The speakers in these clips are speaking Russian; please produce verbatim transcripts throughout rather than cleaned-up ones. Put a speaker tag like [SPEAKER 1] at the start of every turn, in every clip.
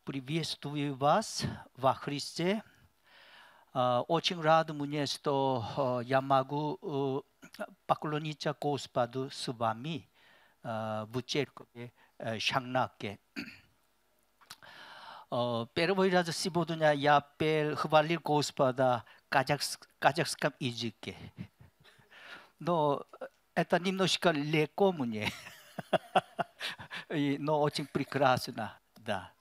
[SPEAKER 1] Приветствую вас во Христе. Очень рад мне, что я могу поклониться Господу с вами в церкви Шангнаке. Первый раз сегодня я пел хвалил Господа в казахском языке. Но это немножко легко мне, но очень прекрасно, да.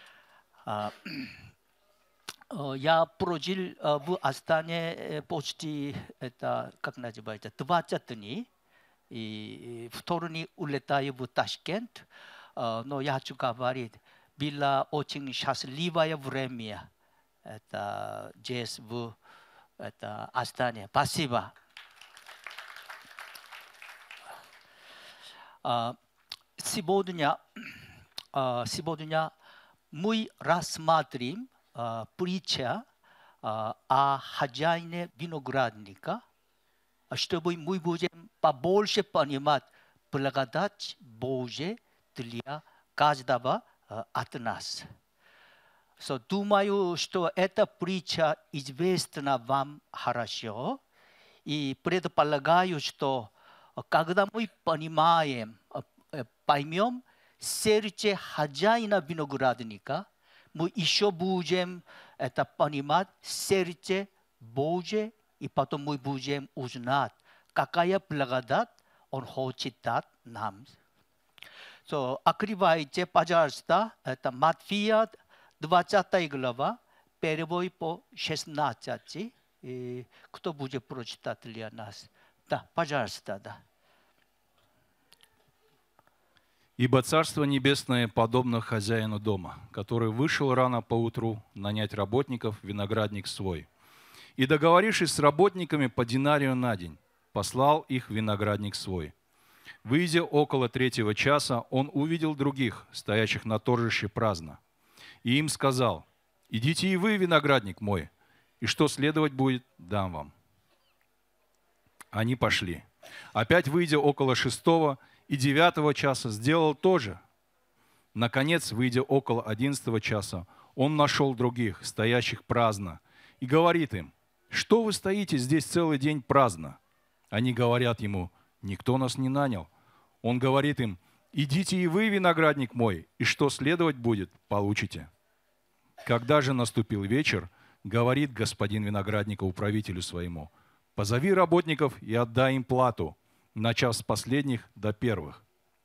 [SPEAKER 1] Я прожил в Астане почти, это как называется, двадцать дней. И вторник улетаю в Ташкент. Но я хочу говорить, было очень счастливое время. Это здесь в это Астане. Спасибо. Сегодня, сегодня мы рассмотрим притча о хозяине виноградника, чтобы мы будем побольше понимать благодать Божия для каждого от нас. So, думаю, что эта притча известна вам хорошо, и предполагаю, что когда мы понимаем, поймем сердце хозяина виноградника, мы еще будем это понимать сердце Божие, и потом мы будем узнать, какая благодать Он хочет дать нам. So, открывайте, пожалуйста, это Матфея двадцатая глава, первый по шестнадцатый. И кто будет прочитать для нас? Да, пожалуйста, да.
[SPEAKER 2] «Ибо Царство Небесное подобно хозяину дома, который вышел рано поутру нанять работников в виноградник свой. И, договорившись с работниками по динарию на день, послал их в виноградник свой. Выйдя около третьего часа, он увидел других, стоящих на торжище праздно. И им сказал: идите и вы, виноградник мой, и что следовать будет, дам вам. Они пошли. Опять выйдя около шестого и девятого часа, сделал то же. Наконец, выйдя около одиннадцатого часа, он нашел других, стоящих праздно, и говорит им: что вы стоите здесь целый день праздно? Они говорят ему: никто нас не нанял. Он говорит им: идите и вы, виноградник мой, и что следовать будет, получите. Когда же наступил вечер, говорит господин виноградника управителю своему: позови работников и отдай им плату, начав с последних до первых.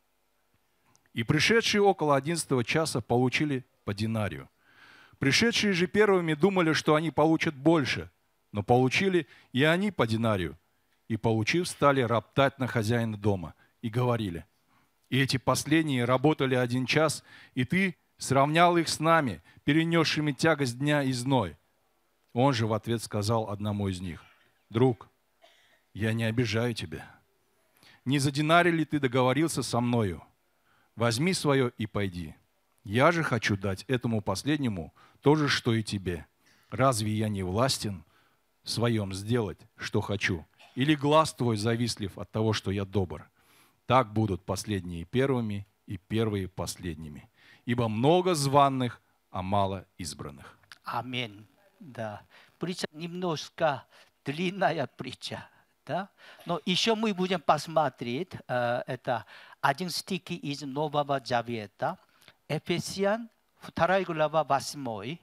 [SPEAKER 2] И пришедшие около одиннадцатого часа получили по динарию. Пришедшие же первыми думали, что они получат больше, но получили и они по динарию. И, получив, стали роптать на хозяина дома и говорили: и эти последние работали один час, и ты сравнял их с нами, перенесшими тягость дня и зной. Он же в ответ сказал одному из них: друг, я не обижаю тебя. Не за динарий ли ты договорился со мною? Возьми свое и пойди. Я же хочу дать этому последнему то же, что и тебе. Разве я не властен в своем сделать, что хочу? Или глаз твой завистлив от того, что я добр? Так будут последние первыми и первые последними. Ибо много званых, а мало избранных».
[SPEAKER 1] Аминь. Да. Притча немножко длинная притча. Да? Но еще мы будем посмотреть, э, это один стих из Нового Завета, Ефесян вторая глава восьмой.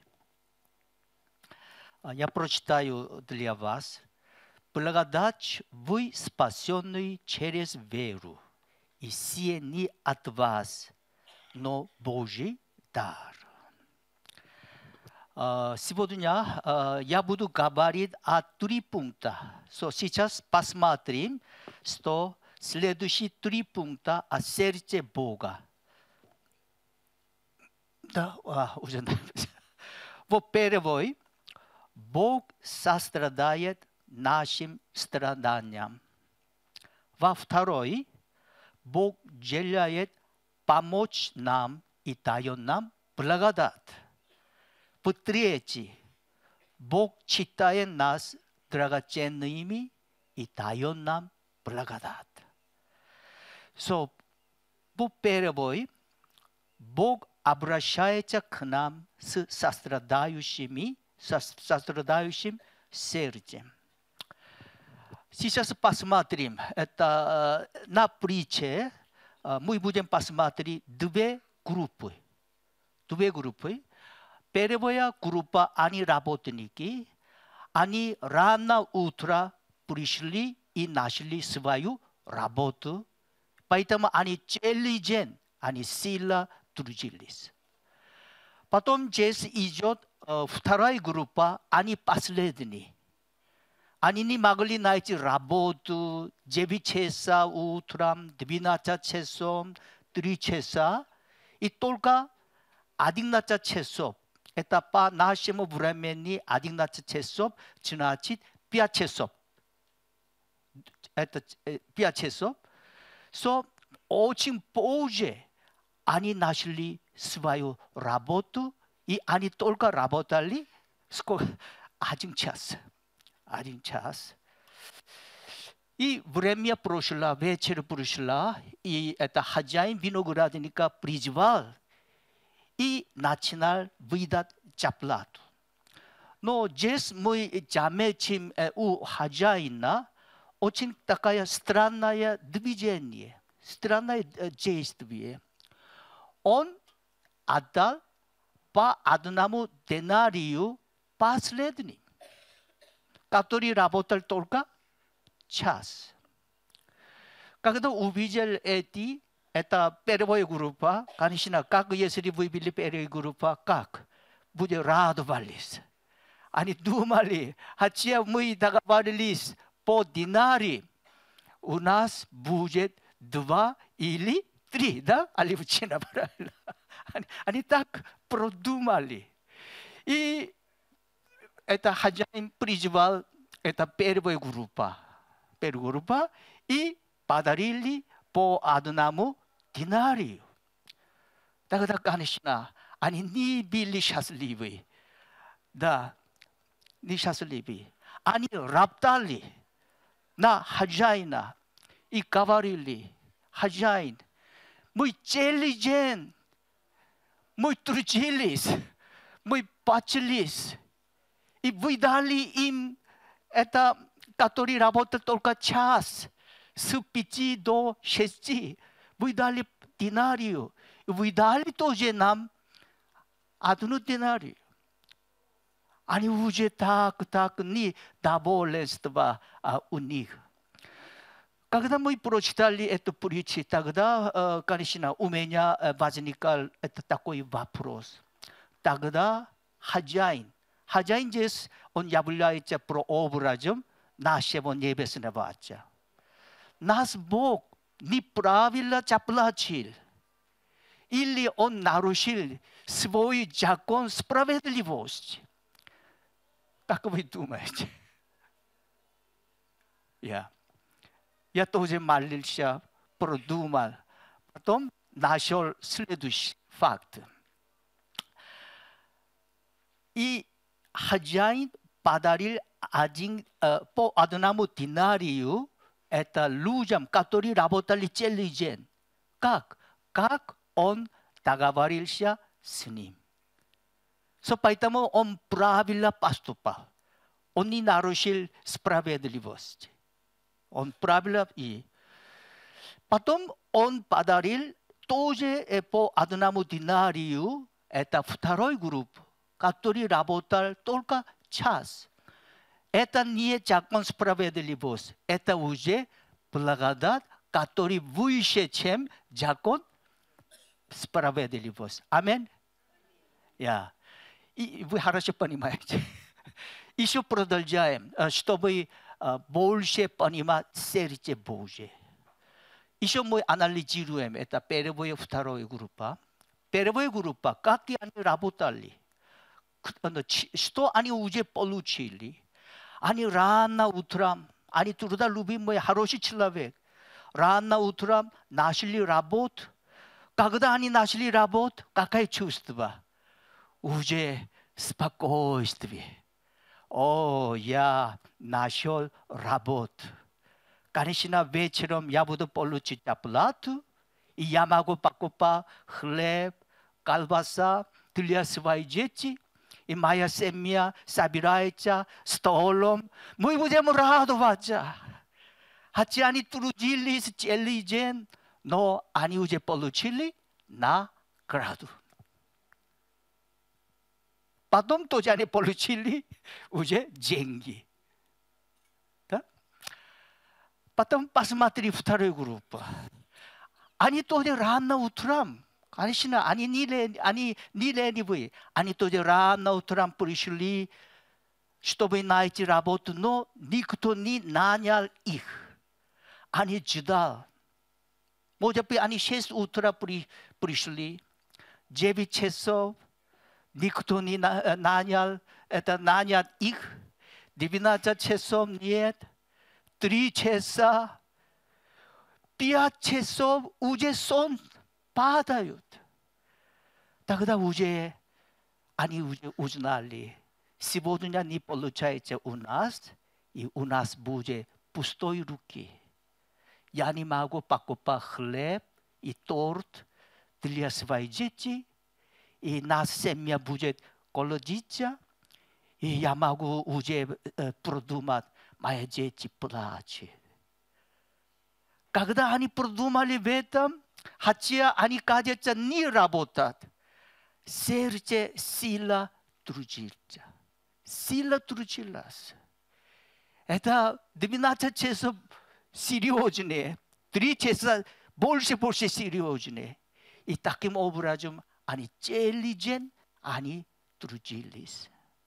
[SPEAKER 1] Я прочитаю для вас. «Благодать вы спасенные через веру, и сие не от вас, но Божий дар». Сегодня я буду говорить о три пункта. So, сейчас посмотрим, что следующие три пункта о сердце Бога. Да, а, уже во-первых, Бог сострадает нашим страданиям. Во-вторых, Бог желает помочь нам и дает нам благодать. В-третьих, Бог считает нас драгоценными и дает нам благодать. So, во-первых, Бог обращается к нам с сострадающими, со сострадающим сердцем. Сейчас посмотрим. Это на притче мы будем посмотреть две группы. Две группы. Первая группа, они работники. Они рано утро пришли и нашли свою работу. Поэтому они целый день, они сильно трудились. Потом здесь идет вторая группа, они последние. Они не могли найти работу девять часов утром, двенадцать часов, три часа. И только одиннадцать часов. Это по нашему времени одиннадцать часов, значит пять часов. Это пять часов. So, очень позже они нашли свою работу, и они только работали сколько? Один час. Один час. И время прошло, вечер прошло, и это хозяин виноградника призвал и начинал выдать зарплату. Но здесь мы заметим у хозяина очень такая странное движение, странное действие. Он отдал по одному динарию последним, который работал только час. Когда увидел эти, это первая группа, конечно, как если выбили первая группа, как? Будет радовались. Они думали, хотя мы договорились по динари, у нас будет два или три, да? Оливчина, правильно? Они, они так продумали. И это хозяин призвал, это первая группа. Первая группа, и подарили по одному динарию. Тогда, конечно, они не были счастливы. Да, не счастливы. Они роптали на хозяина и говорили, хозяин, мы целый день, мы трудились, мы пачились, и вы дали им это, который работает только час, с пяти до шести. Вы дали динарию, вы дали тоже нам одну динарию. Они уже так, так не довольство у них. Когда мы прочитали эту притчу, тогда, конечно, у меня возникал это такой вопрос. Тогда хозяин, хозяин здесь, он является прообразом нашего небесного Отца. Нас Бог неправильно заплатил. Или Он нарушил свой закон справедливости. Как вы думаете? Я, я тоже молился, продумал. Потом нашел следующий факт. И хозяин подарил один, по одному динарию это людям, которые работали целый день. Как? Как он договорился с ним. So, поэтому он правильно поступал. Он не нарушил справедливость. Он правильно и потом он подарил тоже по одному динарию, это второй группу, который работал только час. Это не закон справедливости, это уже благодать, который выше, чем закон справедливости. Аминь. Я. И вы хорошо понимаете. Еще продолжаем, чтобы больше понимать сердце Божие. Еще мы анализируем, это первая и вторая группа. Первая группа, как они работали, что они уже получили. Они рано утром, они трудолюбимый, хороший человек. Рано утром нашли работу. Когда они нашли работу, какое чувство? Уже спокойствие. О, я нашел работу. Конечно, вечером я буду получить зарплату, и я могу покупать хлеб, колбаса для своих детей. И моя семья собирается столом. Мы будем радоваться. Хотя они трудились целый день, но они уже получили награду. Потом тоже они получили уже деньги. Да? Потом посмотри вторую группу. Они тоже рано утром, конечно, они не, лен, они не ленивые. Они тоже рано утром пришли, чтобы найти работу, но никто не нанял их. Они ждали. Может быть, они шесть утра при, пришли, девять часов, никто не нанял, это нанял их, двенадцать часов нет, три часа, пять часов уже сон падают. Тогда уже они уже узнали, сегодня не получается у нас, и у нас будет пустой руки. Я не могу покупать хлеб и торт для своих детей, и наша семья будет голодиться, и я могу уже продумать, мои дети плачут. Когда они продумали в этом, хотя они, кажется, не работают, сердце сила трудится. Сила трудилась. Это двенадцать часов серьезные, три часа больше-больше серьезные. И таким образом они целый день они трудились.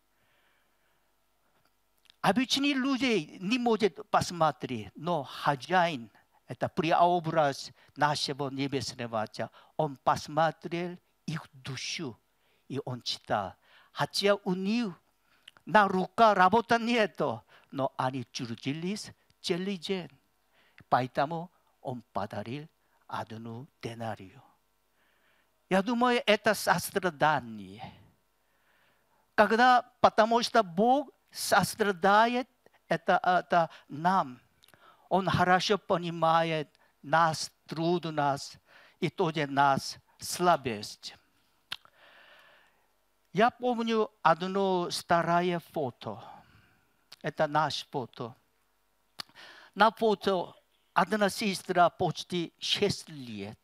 [SPEAKER 1] Обычные люди не могут посмотреть, но хозяин, это преобраз нашего Небесного Отца, он посмотрел их душу, и он читал. Хотя у них на руках работы нету, но они трудились целый день. Поэтому он подарил одну динарию. Я думаю, это сострадание. Когда, потому что Бог сострадает это, это нам. Он хорошо понимает нас, трудность и тоже нас слабость. Я помню одно старое фото. Это наше фото. На фото одна сестра почти шесть лет.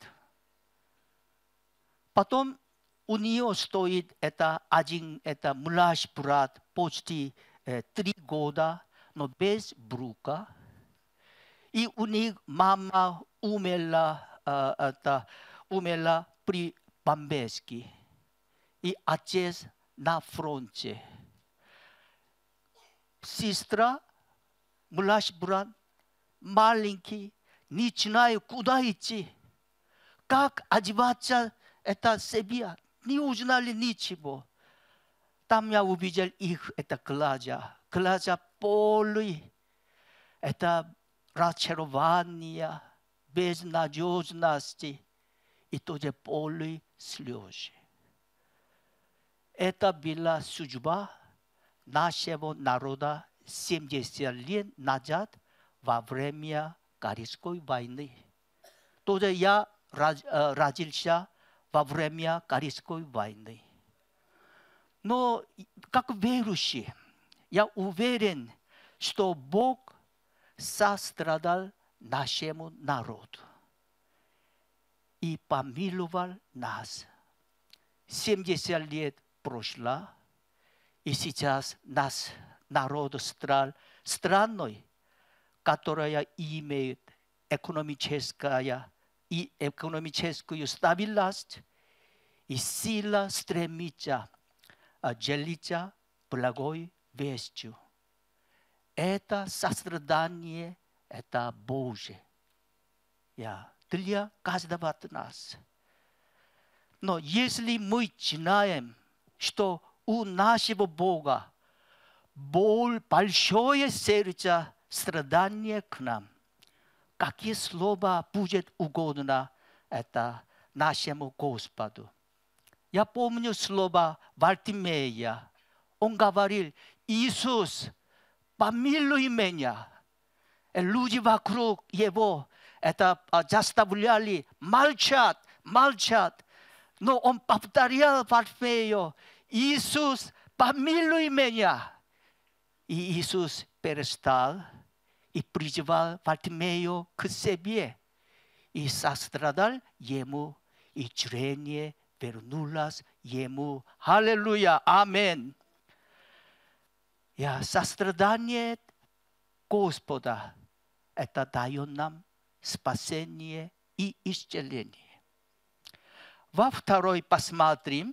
[SPEAKER 1] Потом у нее стоит это один, это младший брат почти э, три года, но без брука. И у них мама умерла, э, это, умерла при бомбежке. И отец на фронте. Сестра, младший брат, маленький, не знаю, куда идти, как одеваться, это себе, не узнали ничего. Там я увидел их, это глаза, глаза полные, это разочарование, безнадежности и тоже полные слезы. Это была судьба нашего народа семьдесят лет назад во время Корейской войны. Тоже я родился во время Корейской войны. Но как верующий, я уверен, что Бог сострадал нашему народу и помиловал нас. семьдесят лет прошло, и сейчас наш народ стал страной, которая имеет экономическая и экономическую стабильность, и сила стремится делиться благой вестью. Это сострадание, это Божие для каждого от нас. Но если мы знаем, что у нашего Бога боль, большое сердце, страдание к нам, какие слова будет угодно это нашему Господу. Я помню слова Вартимея. Он говорил: Иисус, помилуй меня. И люди вокруг его это заставляли молчать, молчать. Но он повторял Варфмею: Иисус, помилуй меня. И Иисус перестал и призвал Вартимею к себе. И сострадал ему, и зрение вернулось ему. Аллилуйя, амин. Я сострадание Господа – это дает нам спасение и исцеление. Во второй посмотрим.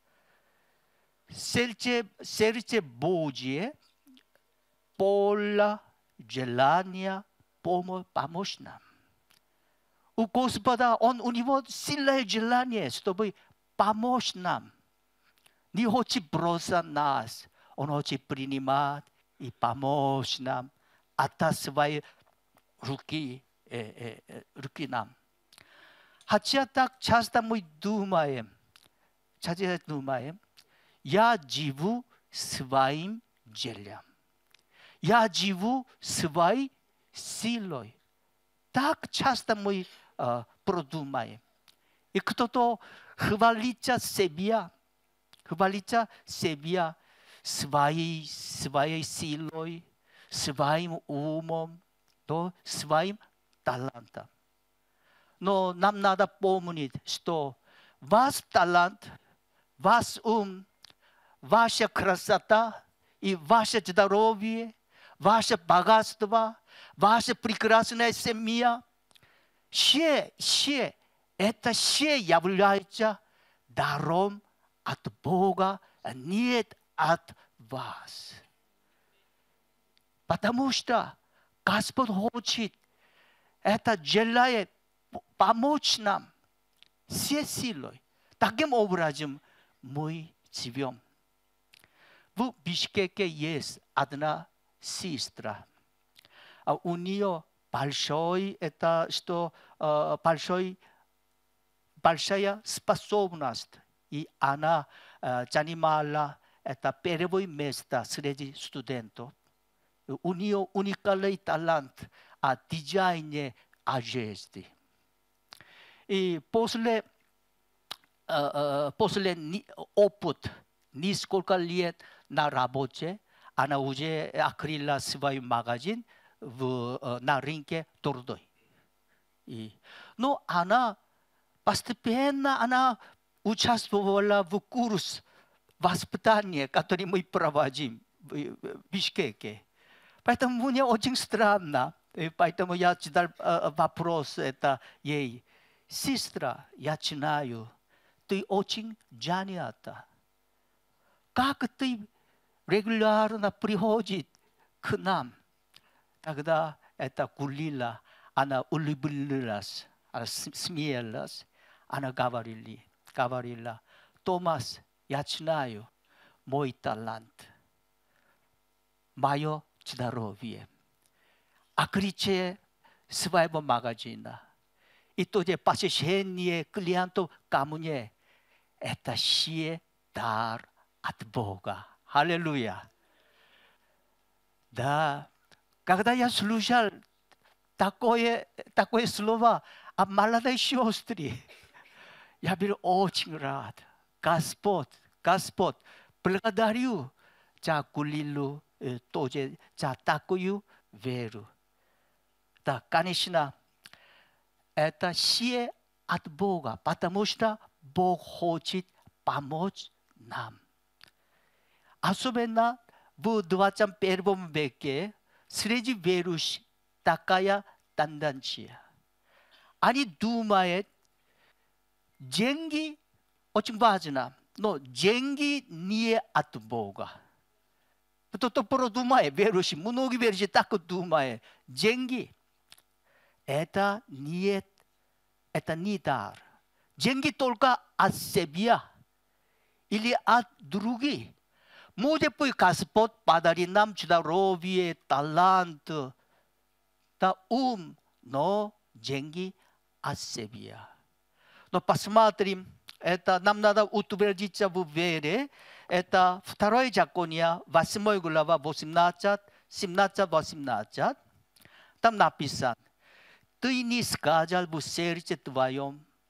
[SPEAKER 1] Сердце, сердце Божье полно желания помочь нам. У Господа, он, у него сильное желание, чтобы помочь нам. Не хочет бросать нас, он хочет принимать и помочь нам от своей руки, э, э, руки нам. Хотя так часто мы думаем, часто думаем, я живу своим делом. Я живу своей силой. Так часто мы э, продумаем. И кто-то хвалится себя, хвалится себя своей, своей силой, своим умом, то своим талантом. Но нам надо помнить, что ваш талант, ваш ум, ваша красота и ваше здоровье, ваше богатство, ваша прекрасная семья, все, все, это все является даром от Бога, а не от вас. Потому что Господь хочет, это желает помочь нам всей силой. Таким образом мы живем. В Бишкеке есть одна сестра. А у нее большой, это что, э, большой, большая способность. И она э, занимала это первое место среди студентов. У нее уникальный талант о дизайне одежды. И после, э, э, после опыта несколько лет на работе, она уже открыла свой магазин в, э, на рынке труда. И, но она постепенно она участвовала в курсе воспитания, который мы проводим в Бишкеке. Поэтому мне очень странно. И поэтому я задал э, вопрос это ей. Сестра, я знаю, ты очень занята. Как ты регулярно приходит к нам? Тогда это Гулила, она улыбнулась, она смеялась. Она говорила, говорила, Томас, я знаю мой талант, мое здоровье, открытие своего магазина. И тоже посещение клиентов ко мне. Это все дар от Бога. Аллилуйя. Да. Когда я слушал такое, такое слово о молодой сестре, я был очень рад. Господь, Господь, благодарю за Гулилу, тоже за такую веру. Да, конечно, это все от Бога, потому что Бог хочет помочь нам. Особенно в двадцать первом веке среди верующих такая тенденция. Они думают, деньги очень важно, но деньги не от Бога. Кто-то продумает, верующий, многие верующие так думают, деньги это не, это не дар. Деньги только от себя или от других. Может быть, Господь подарит нам здоровье, талант, да, ум, но деньги от себя. Но посмотрим, это нам надо утвердиться в вере. Это второе Законие, восьмая глава, восемнадцать, семнадцать, восемнадцать. Там написано, ты не сказал в сердце твоем,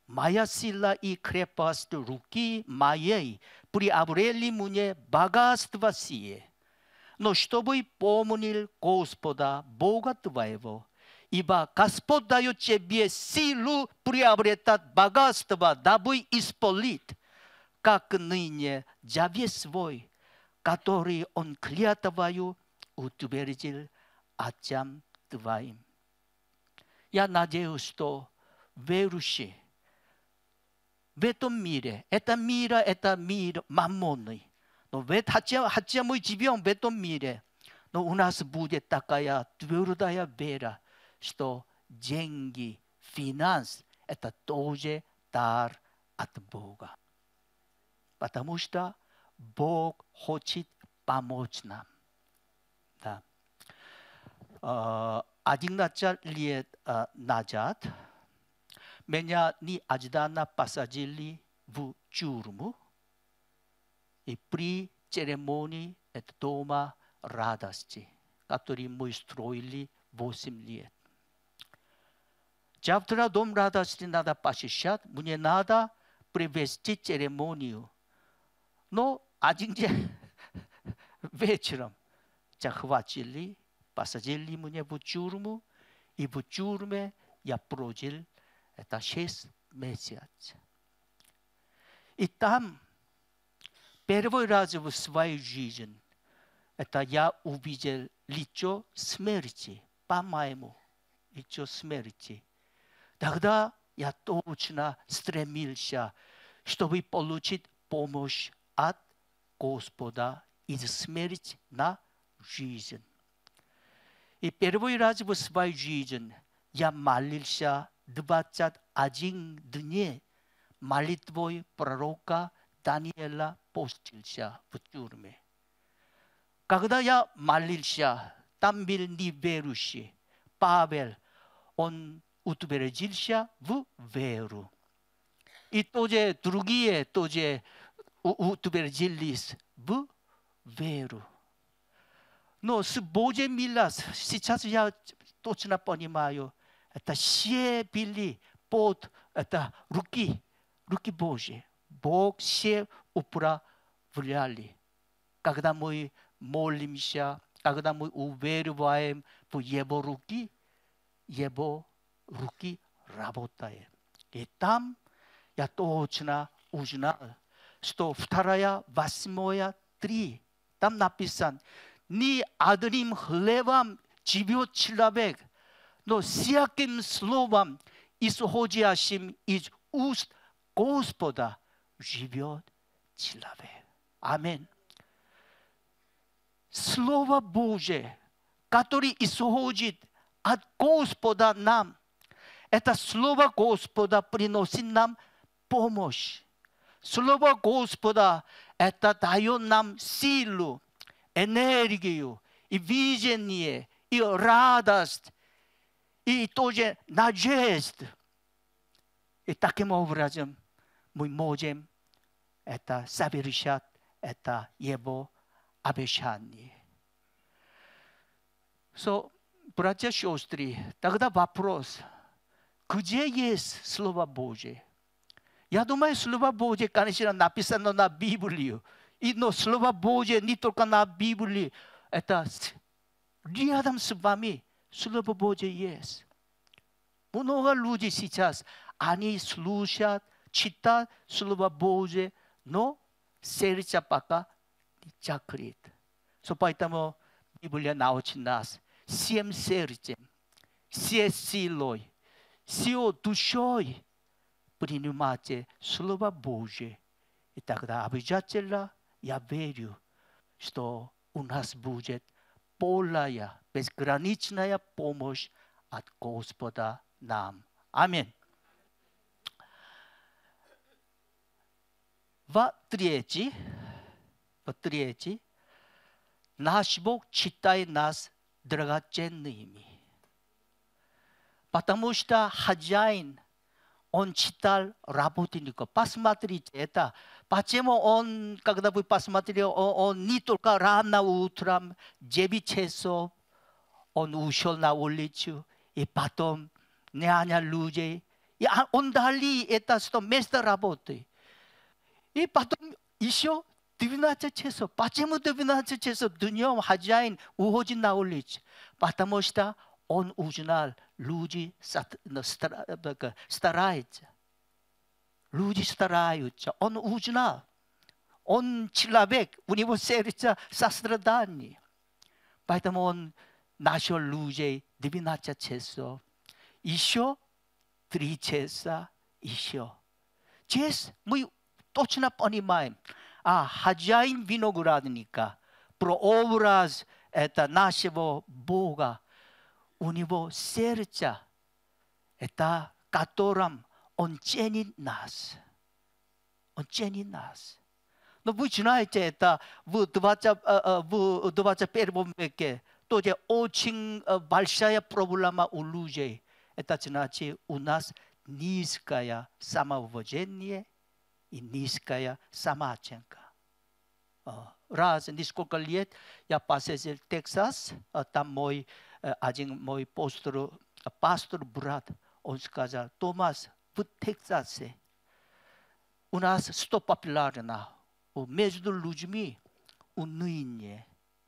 [SPEAKER 1] моя сила и крепость руки моей, приобрели мне богатство сие. Но чтобы помнил Господа, Бога твоего, ибо Господь дает тебе силу приобретать богатство, дабы исполнить, как ныне завет свой, который Он клятвою утвердил отцам твоим. Я надеюсь, что верующие в этом мире, это мир, это мир маммонный. Но хотя, хотя мы живем в этом мире, но у нас будет такая твердая вера, что деньги, финанс – это тоже дар от Бога. Потому что Бог хочет помочь нам. Да. одиннадцать лет назад меня неожиданно посадили в тюрьму. И при церемонии это дома радости, который мы строили восемь лет. Завтра дом радости надо посещать, мне надо привести церемонию. Но один день вечером захватили, посадили меня в тюрьму, и в тюрьме я прожил это шесть месяцев. И там первый раз в своей жизни это я увидел лицо смерти, по-моему, лицо смерти. Тогда я точно стремился, чтобы получить помощь от Господа из смерти на жизнь. И первый раз в своей жизни я молился двадцать один дней молитвой пророка Даниила постился в тюрьме. Когда я молился, там был неверующий Павел, он утвердился в веру. И тоже другие тоже утвердились в веру. Но с Божьей милостью, сейчас я точно понимаю, это все были под это руки, руки Божьи. Бог все управляли. Когда мы молимся, когда мы уверяем в Его руки, Его руки работают. И там я точно узнал, что вторая, восьмая, три, там написано, не одним хлебом живет человек, но всяким словом, исходящим из уст Господа, живет человек. Аминь. Слово Божие, которое исходит от Господа нам, это Слово Господа приносит нам помощь. Слово Господа это дает нам силу, энергию, и видение, и радость, и тоже надежду. И таким образом мы можем это совершать, это Его обещание. So, братья и сестры, тогда вопрос, где есть Слово Божие? Я думаю, Слово Божие, конечно, написано на Библию. И, но Слово Божие не только на Библии, это рядом с вами Слово Божие есть. Много людей сейчас, они слушают, читают Слово Божие, но сердце пока не закрыт. So, поэтому Библия научит нас всем сердцем, всей силой, всей душой принимать Слово Божие. И тогда обязательно я верю, что у нас будет полная, безграничная помощь от Господа нам. Аминь. В-третьих, в-третьих, наш Бог считает нас драгоценными. Потому что хозяин, он читал работника. Посмотрите, это почему он, когда вы посмотрели, он, он не только рано утром, девять часов, он ушел на улицу, и потом няня людей И он дали это, что место работы. И потом еще двенадцать часов. Почему двенадцать часов днем хозяин уходит на улицу? Потому что он узнал, люди стараются. Люди стараются. Он узнал. Он человек, у него сердце сострадание. Поэтому он нашел людей двенадцать часов. Еще три часа еще. Здесь мы точно понимаем, а хозяин виноградника, прообраз это нашего Бога, у него сердце, это которым он ценит нас. Он ценит нас. Но вы знаете, это в двадцать первом веке тоже очень большая проблема у людей. Это значит, у нас низкое самоуважение и низкая самооценка. Раз несколько лет я посетил Техас, там мой один мой пастор, пастор брат, он сказал: Томас, в Техасе у нас что популярно? Между людьми уныние,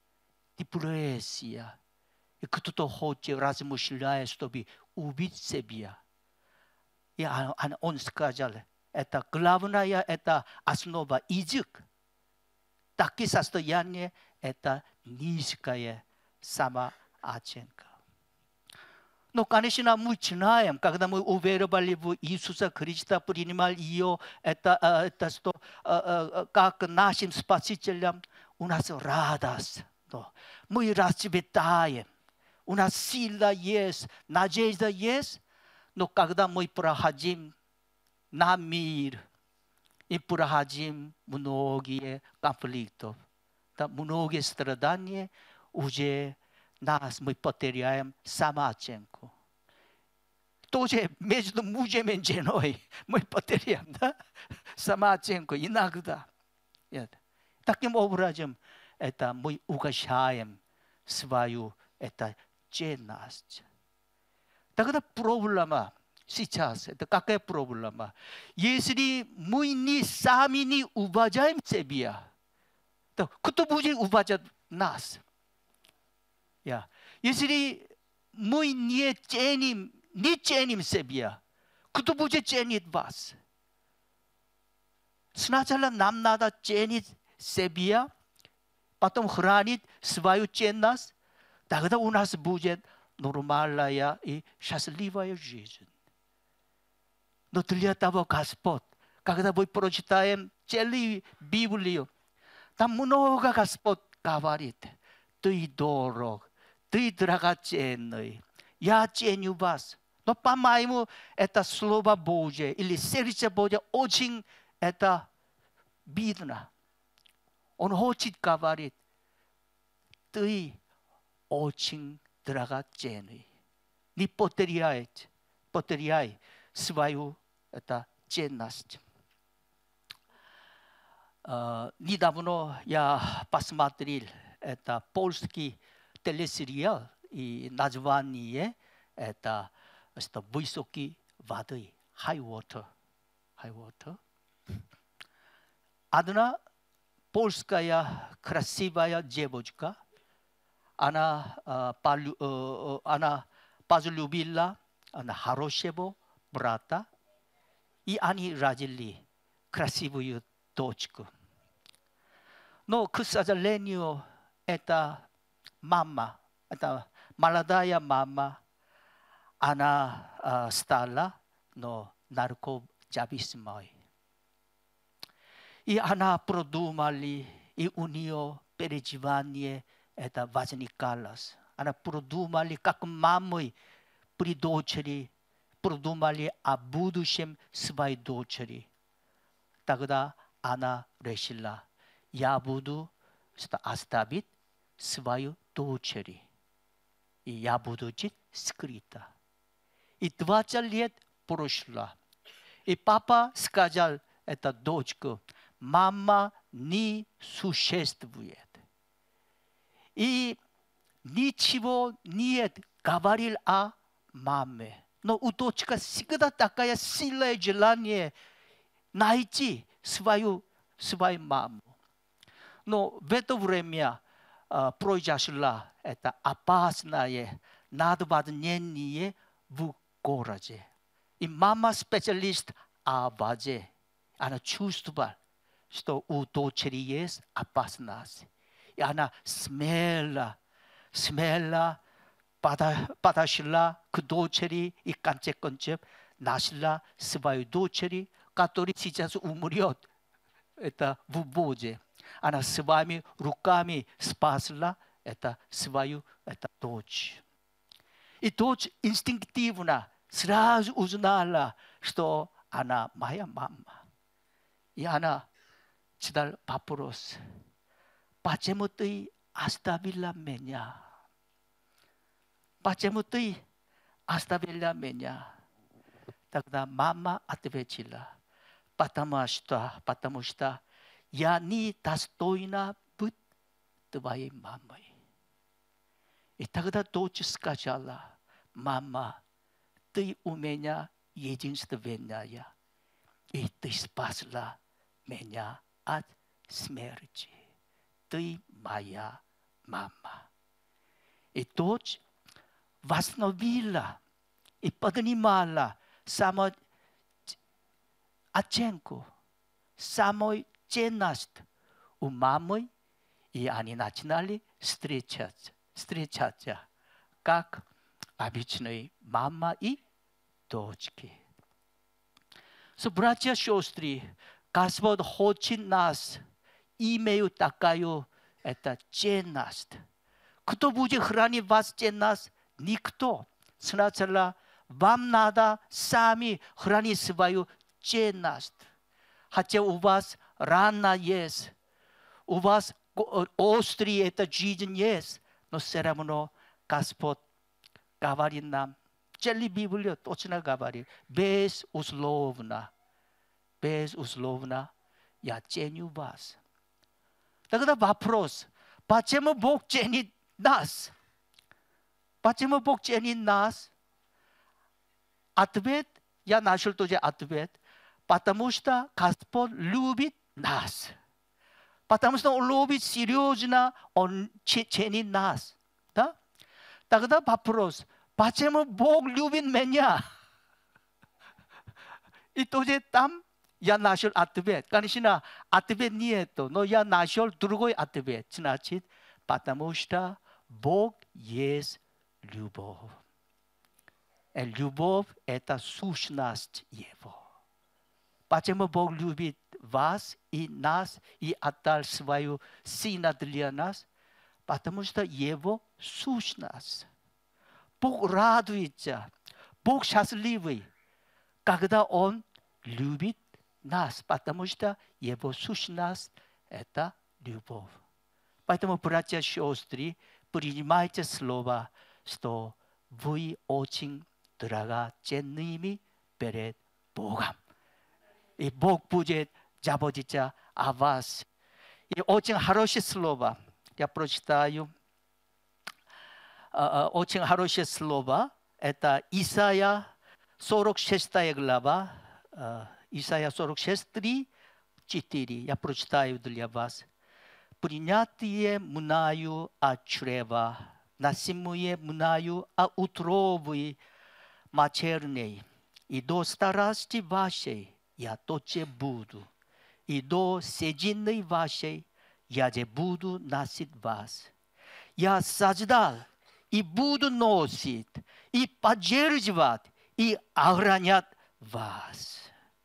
[SPEAKER 1] депрессия. И кто-то хочет размышлять, чтобы убить себя. И он сказал, это главная, это основа язык. Такое состояние – это низкая самооценка. Но, конечно, мы знаем, когда мы уверовали в Иисуса Христа, принимали Его, это, это что, как нашим Спасителем, у нас радость. Мы расцветаем. У нас сила есть, надежда есть. Но когда мы проходим на мир и проходим многие конфликты, многие страдания, уже нас мы потеряем самооценку. Тоже между мужем и женой мы потеряем, да? Самооценку иногда. Нет. Таким образом, это мы угощаем свою это ценность. Тогда проблема сейчас, это какая проблема? Если мы не сами не уважаем себя, то кто будет уважать нас? Yeah. Если мы не ценим, не ценим себя, кто будет ценить вас? Сначала нам надо ценить себя, потом хранить свою ценность, тогда у нас будет нормальная и счастливая жизнь. Но для того Господь, когда мы прочитаем целую Библию, там много Господь говорит: ты дорог, ты драгоценный, я ценю вас. Но, по-моему, это Слово Божье или сердце Божье очень это видно. Он хочет говорить: ты очень драгоценный. Не потеряй, потеряй свою это ценность. Uh, недавно я посмотрел это польский телесериал, и название это что высокие воды, high water, high water. Одна польская красивая девочка, она, uh, полю, uh, она возлюбила она хорошего брата, и они родили красивую дочку. Но, к сожалению, это мама, это молодая мама, она uh, стала, но наркозависимой. И она продумали, и у нее переживание это возникалось. Она продумали, как мамы при дочери, продумали о будущем своей дочери. Тогда она решила: я буду оставить свою дочери, и я буду жить скрыто. И двадцать лет прошло. И папа сказал этой дочке: мама не существует. И ничего нет, говорил о маме. Но у дочка всегда такая сильное желание найти свою, свою маму. Но в это время э, произошло это опасное нападение в городе. И мама-специалист Абазе, она чувствовала, что у дочери есть опасность. И она смело, смело подошла к дочери и в конце концов нашла свою дочери, которая сейчас умрет. Это в воде. Она своими руками спасла это свою это дочь. И дочь инстинктивно сразу узнала, что она моя мама. И она задала вопрос: почему ты оставила меня? Почему ты оставила меня? Тогда мама ответила: потому что, потому что я не достойна быть твоей мамой. И тогда дочь сказала: мама, ты у меня единственная, и ты спасла меня от смерти. Ты моя мама. И дочь восстановила и поднимала самооценку, самоценность у мамы, и они начинали встречаться, встречаться как обычные мама и дочки. So, братья и сестры, Господь хочет нас иметь такую это ценность. Кто будет хранить вас ценность? Никто. Сначала вам надо сами хранить свою ценность. Хотя у вас рана есть, у вас острый эта жизнь есть, но все равно Господь говорит нам, целый Библия точно говорит, безусловно, безусловно, я ценю вас. Тогда вопрос, почему Бог ценит нас? Почему Бог ценит нас? Ответ, я нашел тоже ответ. Потому что Господь любит нас. Потому что Он любит серьезно, Он ценит нас. Да? Тогда вопрос, почему Бог любит меня? И тоже там я нашел ответ. Конечно, ответ нету, но я нашел другой ответ. Значит, потому что Бог есть любовь. И любовь – это сущность Его. Почему Бог любит вас и нас и отдал свою Сына для нас? Потому что Его сущность. Бог радуется, Бог счастливый, когда Он любит нас, потому что Его сущность – это любовь. Поэтому, братья и сестры, принимайте слово, что вы очень драгоценными перед Богом. И Бог будет заботиться о вас. И очень хорошее слово. Я прочитаю. Очень хорошее слово. Это Исайя сорок шестая глава. Исайя сорок шесть, три, четыре. Я прочитаю для вас. Принятие мною от чрева, носимое мною от утробы матерной, и до старости вашей я тотчас буду, и до седины вашей я же буду носить вас. Я создал и буду носить, и поддерживать, и охранять вас.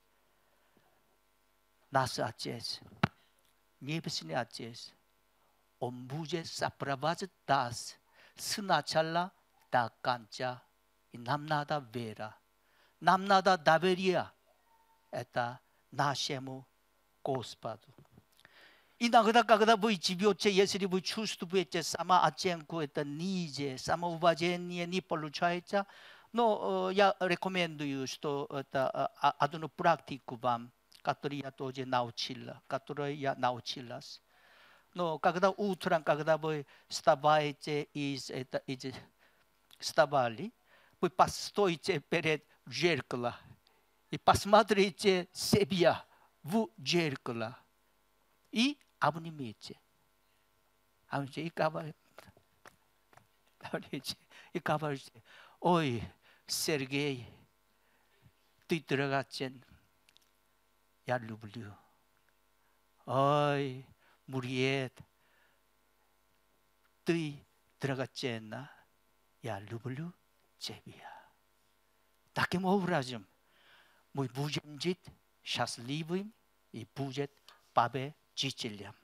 [SPEAKER 1] Наш Отец, Небесный Отец, Он будет сопровождать нас с начала до конца. И нам надо вера, нам надо доверие. Это нашему Господу. Иногда, когда вы живете, если вы чувствуете самооценку, это ниже, самоуважение не получается, но я рекомендую, что это одну практику вам, которую я тоже научила, которую я научилась. Но когда утром, когда вы вставаете из, это, из вставали, вы постойте перед зеркалом и посмотрите себя в зеркало и обнимите. обнимите и говорите, и говорите, ой, Сергей, ты драгоцен, я люблю. Ой, Муриет, ты драгоценна, я люблю тебя. Таким образом, мы будем жить счастливым и будет победителем.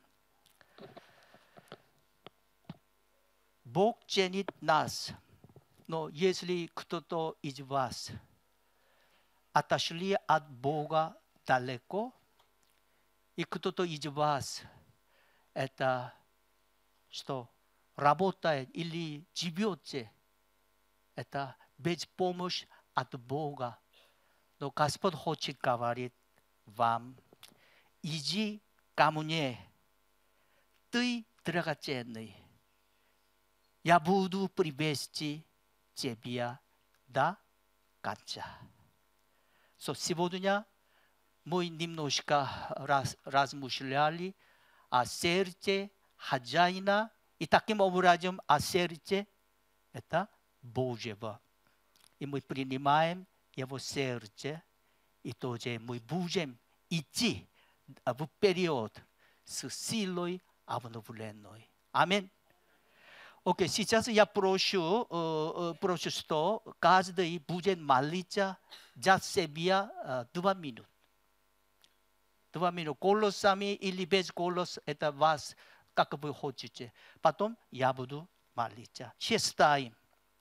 [SPEAKER 1] Бог ценит нас, но если кто-то из вас отошли от Бога далеко, и кто-то из вас это что работает или живете, это без помощи от Бога. Но Господь хочет говорить вам, иди ко мне, ты драгоценный, я буду привести тебя до конца. So, сегодня мы немножко раз, размышляли о сердце хозяина, и таким образом о сердце это Божьего. И мы принимаем его сердце, и тоже мы будем идти вперед с силой обновленной. Аминь. Окей, сейчас я прошу, э, прошу, что каждый будет молиться за себя э, два минуты. Два минуты. Голосами или без голоса, это вас, как вы хотите. Потом я буду молиться. Считаем.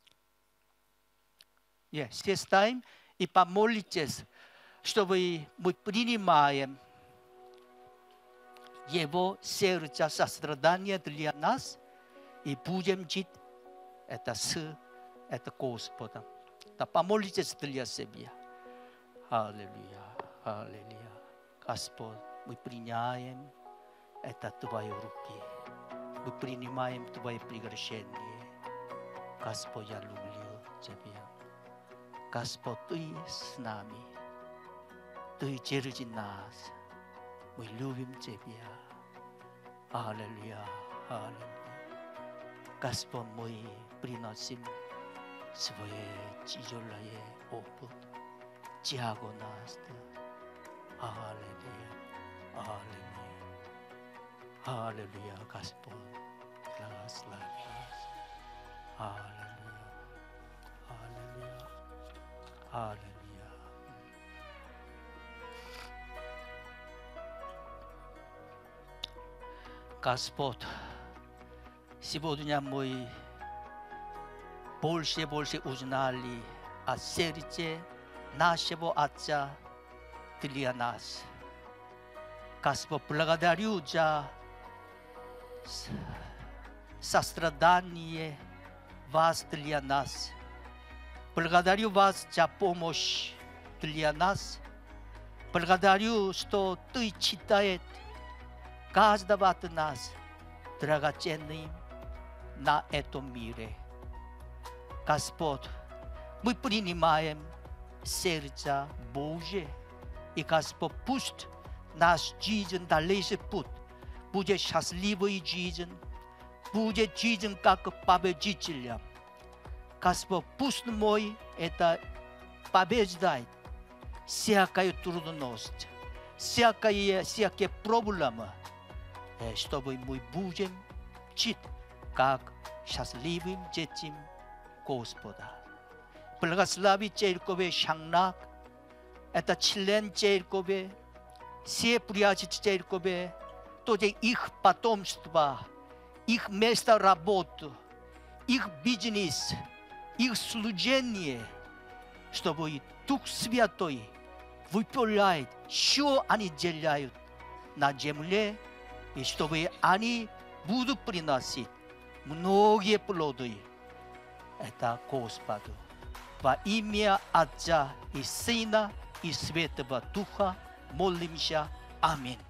[SPEAKER 1] Yeah, считаем и помолитесь, чтобы мы принимаем его сердце сострадания для нас и будем жить это с это Господом. Да, помолитесь для себя. Аллилуйя, аллилуйя. Господь, мы принимаем это Твои руки. Мы принимаем Твои приглашения. Господь, я люблю Тебя. Господь, Ты с нами. Ты держи нас. Мы любим Тебя. Аллилуйя, аллилуйя. Господь, мы приносим свое тяжелое опыт. диаго나스트 할렐루야 할렐루야 할렐루야 가스폰 라스 라스 할렐루야 할렐루야 할렐루야. Господь, сегодня мы больше и больше узнали о сердце нашего Отца для нас. Господь, благодарю за сострадание вас для нас. Благодарю вас за помощь для нас. Благодарю, что Ты читаешь каждого от нас драгоценным на этом мире. Господь, мы принимаем сердце Божие, и Господь, пусть наш жизнь, дальнейший путь будет счастливой жизнь, будет жизнь как победителя. Господь, пусть мой это побеждает всякую трудность, всякие, всякие проблемы, чтобы мы будем жить как счастливым детям Господа. Благослови церков의 향락, это член церкови, все приятели церкови, тоже их потомство, их место работы, их бизнес, их служение, чтобы Дух Святой выполняет, что они делают на земле, и чтобы они будут приносить многие плоды. Это Господу. Во имя Отца и Сына и Святого Духа молимся. Аминь.